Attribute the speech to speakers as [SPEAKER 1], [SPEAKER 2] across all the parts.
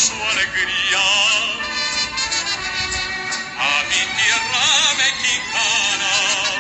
[SPEAKER 1] su alegría. A mi tierra mexicana,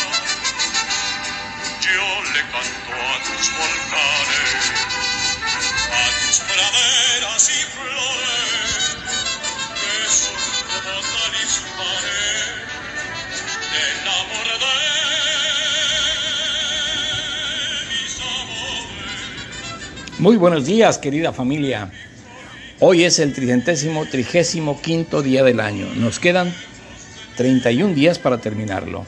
[SPEAKER 1] yo le canto a tus volcanes, a tus praderas y flores, que son como talismanes del amor de mis amores.
[SPEAKER 2] Muy buenos días, querida familia. Hoy es el 335º día del año. Nos quedan 31 días para terminarlo.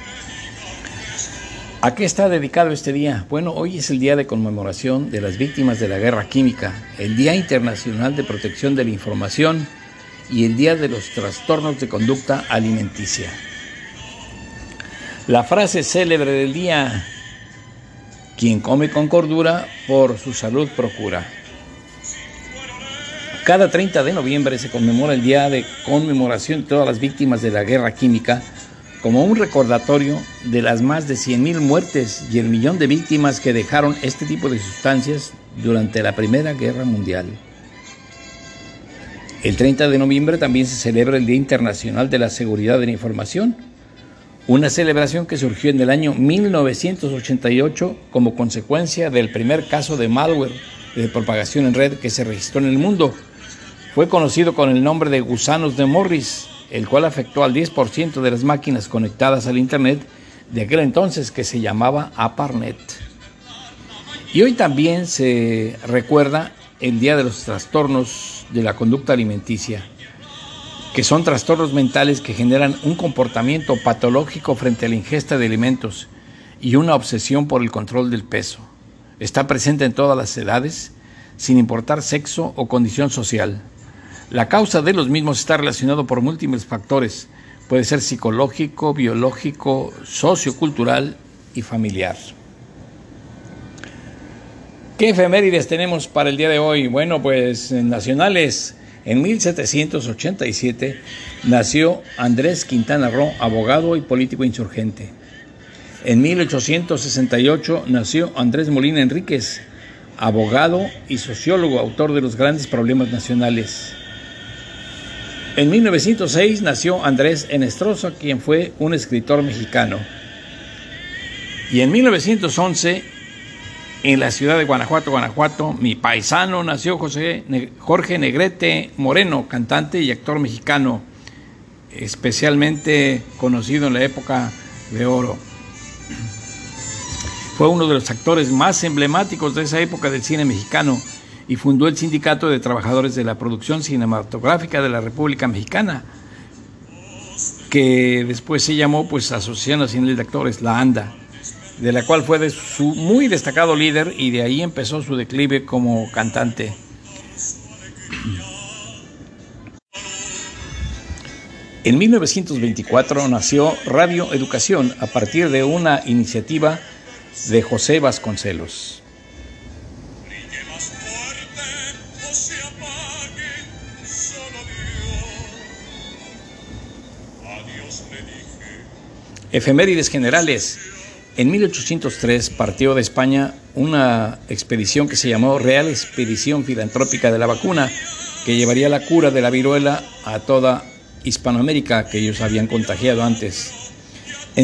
[SPEAKER 2] ¿A qué está dedicado este día? Bueno, hoy es el día de conmemoración de las víctimas de la guerra química, el Día Internacional de Protección de la Información y el Día de los Trastornos de Conducta Alimenticia. La frase célebre del día: quien come con cordura, por su salud procura. Cada 30 de noviembre se conmemora el Día de Conmemoración de todas las víctimas de la guerra química, como un recordatorio de las más de 100,000 muertes y el millón de víctimas que dejaron este tipo de sustancias durante la Primera Guerra Mundial. El 30 de noviembre también se celebra el Día Internacional de la Seguridad de la Información, una celebración que surgió en el año 1988 como consecuencia del primer caso de malware de propagación en red que se registró en el mundo. Fue conocido con el nombre de gusanos de Morris, el cual afectó al 10% de las máquinas conectadas al Internet de aquel entonces, que se llamaba ARPANET. Y hoy también se recuerda el Día de los Trastornos de la Conducta Alimenticia, que son trastornos mentales que generan un comportamiento patológico frente a la ingesta de alimentos y una obsesión por el control del peso. Está presente en todas las edades, sin importar sexo o condición social. La causa de los mismos está relacionado por múltiples factores. Puede ser psicológico, biológico, sociocultural y familiar. ¿Qué efemérides tenemos para el día de hoy? Bueno, pues nacionales. En 1787 nació Andrés Quintana Roo, abogado y político insurgente. En 1868 nació Andrés Molina Enríquez, abogado y sociólogo, autor de los grandes problemas nacionales. En 1906 nació Andrés Enestrosa, quien fue un escritor mexicano. Y en 1911, en la ciudad de Guanajuato, mi paisano, nació Jorge Negrete Moreno, cantante y actor mexicano, especialmente conocido en la época de oro. Fue uno de los actores más emblemáticos de esa época del cine mexicano y fundó el Sindicato de Trabajadores de la Producción Cinematográfica de la República Mexicana, que después se llamó Asociación Nacional de Actores, la ANDA, de la cual fue su muy destacado líder, y de ahí empezó su declive como cantante. En 1924 nació Radio Educación a partir de una iniciativa de José Vasconcelos. Efemérides generales. En 1803 partió de España una expedición que se llamó Real Expedición Filantrópica de la Vacuna, que llevaría la cura de la viruela a toda Hispanoamérica, que ellos habían contagiado antes. En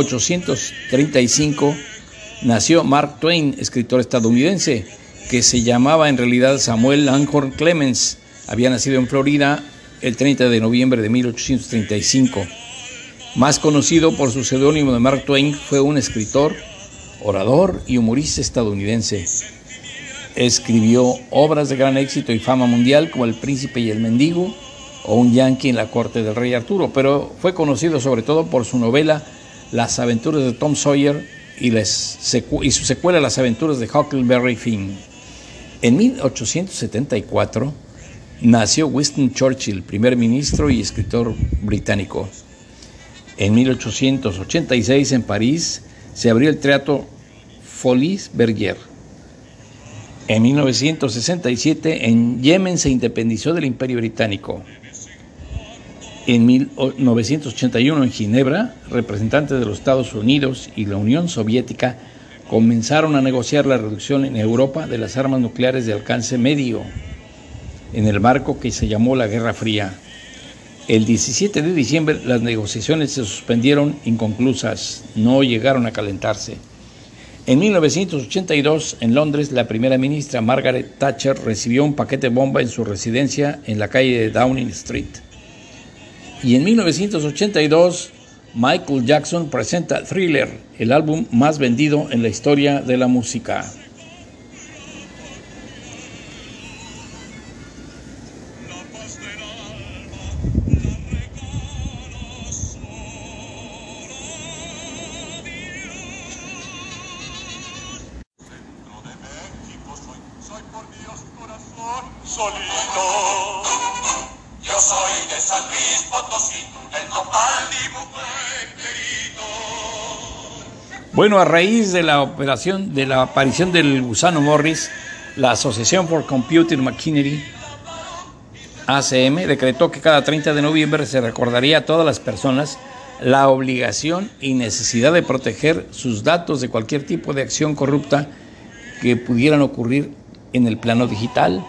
[SPEAKER 2] 1835 nació Mark Twain, escritor estadounidense, que se llamaba en realidad Samuel Langhorne Clemens. Había nacido en Florida el 30 de noviembre de 1835. Más conocido por su seudónimo de Mark Twain, fue un escritor, orador y humorista estadounidense. Escribió obras de gran éxito y fama mundial como El Príncipe y el Mendigo o Un Yankee en la corte del rey Arturo, pero fue conocido sobre todo por su novela Las aventuras de Tom Sawyer y su secuela Las aventuras de Huckleberry Finn. En 1874 nació Winston Churchill, primer ministro y escritor británico. En 1886 en París se abrió el Teatro Folies Bergère. En 1967 en Yemen se independizó del Imperio Británico. En 1981 en Ginebra, representantes de los Estados Unidos y la Unión Soviética comenzaron a negociar la reducción en Europa de las armas nucleares de alcance medio. en el marco que se llamó la Guerra Fría. El 17 de diciembre las negociaciones se suspendieron inconclusas, no llegaron a calentarse. En 1982, en Londres, la primera ministra Margaret Thatcher recibió un paquete bomba en su residencia en la calle de Downing Street. Y en 1982, Michael Jackson presenta Thriller, el álbum más vendido en la historia de la música.
[SPEAKER 1] Solito, yo soy de San Luis Potosí, el nopal dibujo.
[SPEAKER 2] Bueno, a raíz de la aparición del gusano Morris, la Association for Computer Machinery, ACM, decretó que cada 30 de noviembre se recordaría a todas las personas la obligación y necesidad de proteger sus datos de cualquier tipo de acción corrupta que pudieran ocurrir en el plano digital.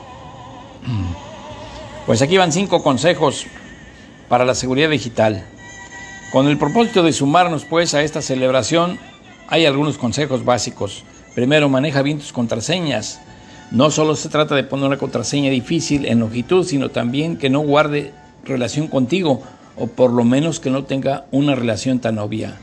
[SPEAKER 2] Pues aquí van 5 consejos para la seguridad digital. Con el propósito de sumarnos pues a esta celebración, hay algunos consejos básicos. Primero, maneja bien tus contraseñas. No solo se trata de poner una contraseña difícil en longitud, sino también que no guarde relación contigo, o por lo menos que no tenga una relación tan obvia.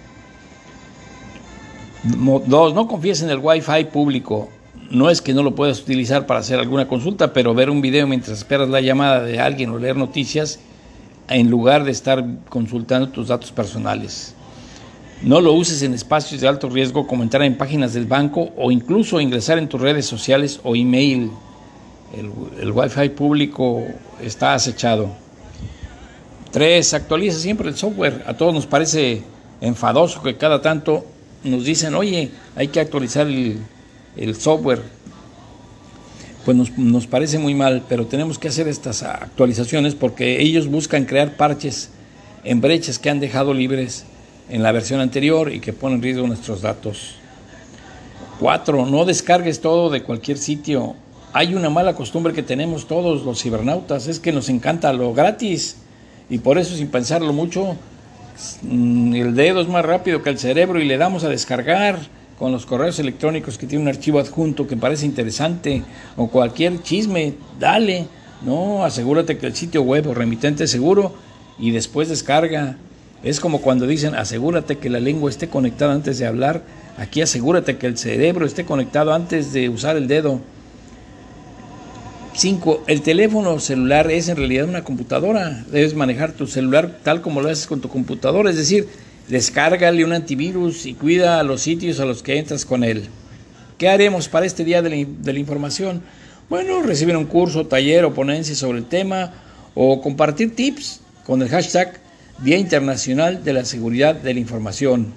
[SPEAKER 2] 2, no confíes en el Wi-Fi público. No es que no lo puedas utilizar para hacer alguna consulta, pero ver un video mientras esperas la llamada de alguien o leer noticias, en lugar de estar consultando tus datos personales. No lo uses en espacios de alto riesgo como entrar en páginas del banco o incluso ingresar en tus redes sociales o email. El Wi-Fi público está acechado. 3, actualiza siempre el software. A todos nos parece enfadoso que cada tanto nos dicen, oye, hay que actualizar el software. Pues nos parece muy mal, pero tenemos que hacer estas actualizaciones porque ellos buscan crear parches en brechas que han dejado libres en la versión anterior y que ponen en riesgo nuestros datos. 4, no descargues todo de cualquier sitio. Hay una mala costumbre que tenemos todos los cibernautas, es que nos encanta lo gratis y por eso, sin pensarlo mucho, el dedo es más rápido que el cerebro y le damos a descargar con los correos electrónicos que tiene un archivo adjunto que parece interesante o cualquier chisme, dale. No, asegúrate que el sitio web o remitente es seguro y después descarga. Es como cuando dicen, asegúrate que la lengua esté conectada antes de hablar. Aquí asegúrate que el cerebro esté conectado antes de usar el dedo. 5, el teléfono celular es en realidad una computadora. Debes manejar tu celular tal como lo haces con tu computadora, es decir, descárgale un antivirus y cuida los sitios a los que entras con él. ¿Qué haremos para este día de la información? Bueno, recibir un curso, taller o ponencia sobre el tema o compartir tips con el hashtag Día Internacional de la Seguridad de la Información.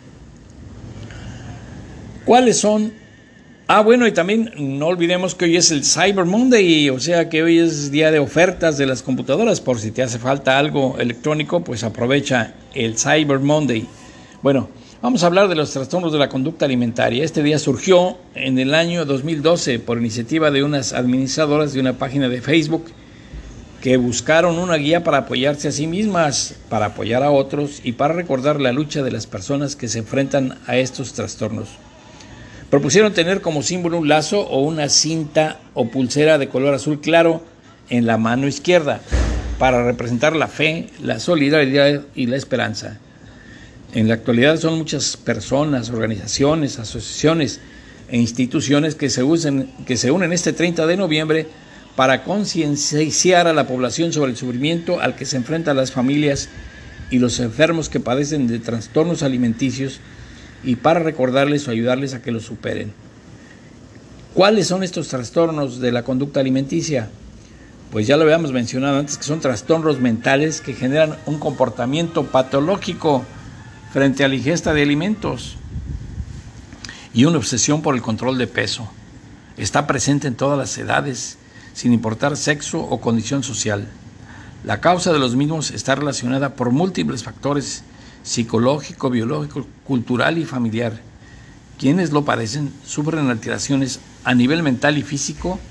[SPEAKER 2] ¿Cuáles son? Bueno, y también no olvidemos que hoy es el Cyber Monday, o sea que hoy es día de ofertas de las computadoras. Por si te hace falta algo electrónico, pues aprovecha el Cyber Monday. Bueno, vamos a hablar de los trastornos de la conducta alimentaria. Este día surgió en el año 2012 por iniciativa de unas administradoras de una página de Facebook que buscaron una guía para apoyarse a sí mismas, para apoyar a otros y para recordar la lucha de las personas que se enfrentan a estos trastornos. Propusieron tener como símbolo un lazo o una cinta o pulsera de color azul claro en la mano izquierda para representar la fe, la solidaridad y la esperanza. En la actualidad son muchas personas, organizaciones, asociaciones e instituciones que se unen este 30 de noviembre para concienciar a la población sobre el sufrimiento al que se enfrentan las familias y los enfermos que padecen de trastornos alimenticios y para recordarles o ayudarles a que los superen. ¿Cuáles son estos trastornos de la conducta alimenticia? Pues ya lo habíamos mencionado antes, que son trastornos mentales que generan un comportamiento patológico frente a la ingesta de alimentos y una obsesión por el control de peso. Está presente en todas las edades, sin importar sexo o condición social. La causa de los mismos está relacionada por múltiples factores psicológico, biológico, cultural y familiar. Quienes lo padecen sufren alteraciones a nivel mental y físico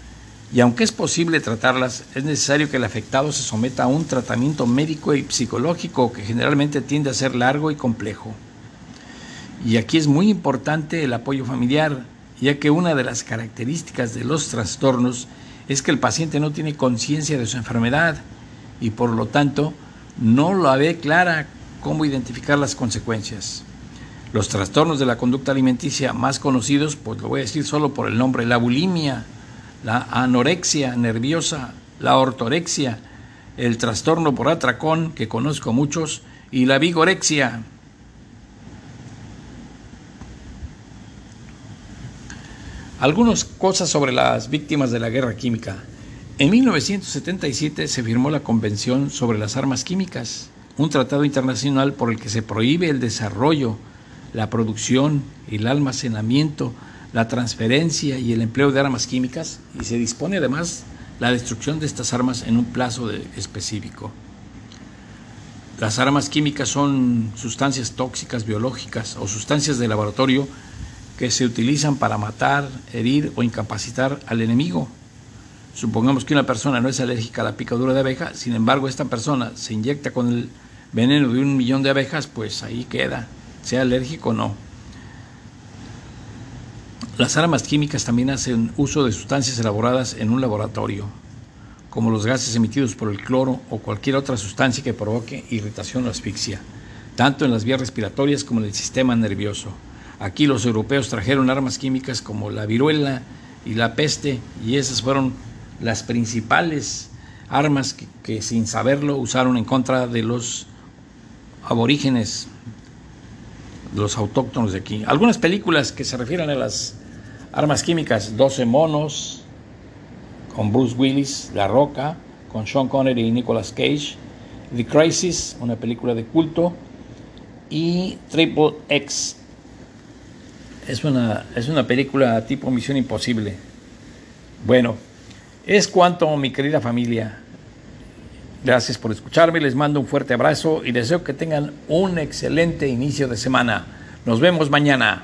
[SPEAKER 2] Y aunque es posible tratarlas, es necesario que el afectado se someta a un tratamiento médico y psicológico que generalmente tiende a ser largo y complejo. Y aquí es muy importante el apoyo familiar, ya que una de las características de los trastornos es que el paciente no tiene conciencia de su enfermedad y por lo tanto no la ve clara cómo identificar las consecuencias. Los trastornos de la conducta alimenticia más conocidos, pues lo voy a decir solo por el nombre: la bulimia, la anorexia nerviosa, la ortorexia, el trastorno por atracón, que conozco muchos, y la vigorexia. Algunas cosas sobre las víctimas de la guerra química. En 1977 se firmó la Convención sobre las Armas Químicas, un tratado internacional por el que se prohíbe el desarrollo, la producción, el almacenamiento, la transferencia y el empleo de armas químicas, y se dispone además la destrucción de estas armas en un plazo específico. Las armas químicas son sustancias tóxicas biológicas o sustancias de laboratorio que se utilizan para matar, herir o incapacitar al enemigo. Supongamos que una persona no es alérgica a la picadura de abeja, sin embargo esta persona se inyecta con el veneno de 1 millón de abejas, pues ahí queda, sea alérgico o no. Las armas químicas también hacen uso de sustancias elaboradas en un laboratorio, como los gases emitidos por el cloro o cualquier otra sustancia que provoque irritación o asfixia, tanto en las vías respiratorias como en el sistema nervioso. Aquí los europeos trajeron armas químicas como la viruela y la peste, y esas fueron las principales armas que sin saberlo usaron en contra de los aborígenes, los autóctonos de aquí. Algunas películas que se refieren a las armas químicas: 12 monos, con Bruce Willis, La Roca, con Sean Connery y Nicolas Cage; The Crisis, una película de culto; y Triple X. Es una película tipo Misión Imposible. Bueno, es cuanto, mi querida familia. Gracias por escucharme, les mando un fuerte abrazo y deseo que tengan un excelente inicio de semana. Nos vemos mañana.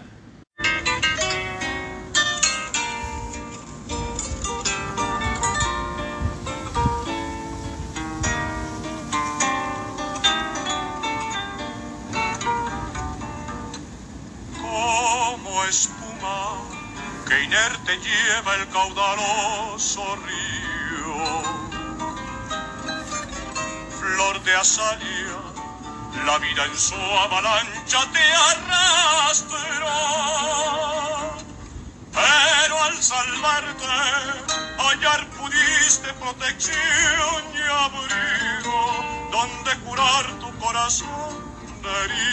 [SPEAKER 1] Espuma que inerte lleva el caudaloso río, flor de azalea, la vida en su avalancha te arrastró, pero al salvarte hallar pudiste protección y abrigo donde curar tu corazón herido.